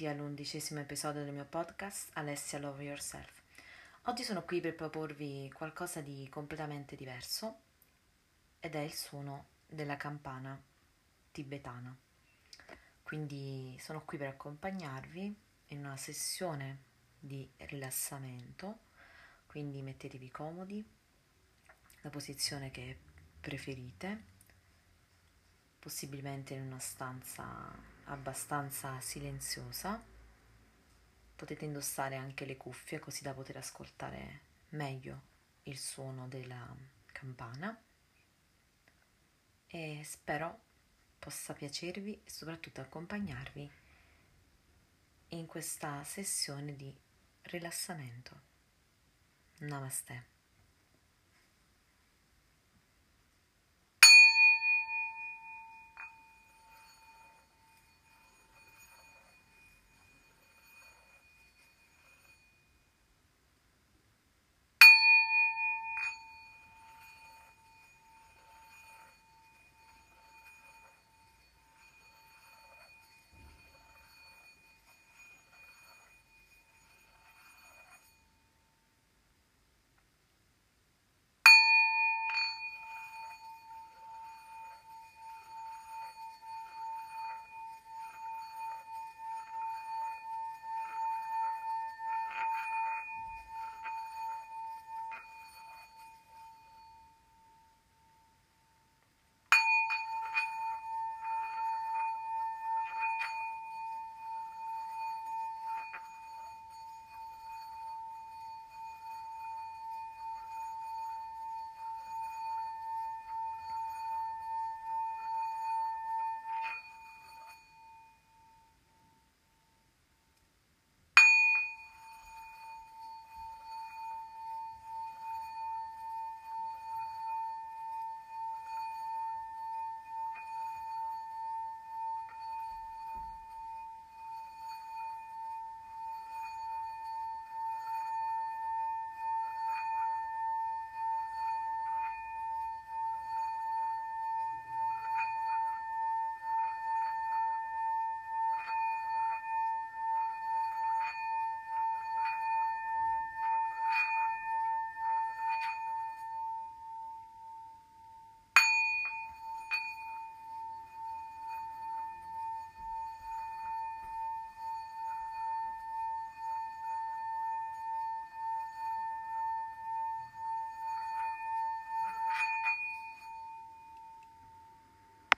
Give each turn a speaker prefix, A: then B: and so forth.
A: benvenuti all'11° episodio del mio podcast Alessia Love Yourself. Oggi sono qui per proporvi qualcosa di completamente diverso ed è il suono della campana tibetana. Quindi sono qui per accompagnarvi in una sessione di rilassamento, quindi mettetevi comodi, la posizione che preferite, possibilmente in una stanza abbastanza silenziosa. Potete indossare anche le cuffie così da poter ascoltare meglio il suono della campana e spero possa piacervi e soprattutto accompagnarvi in questa sessione di rilassamento. Namaste.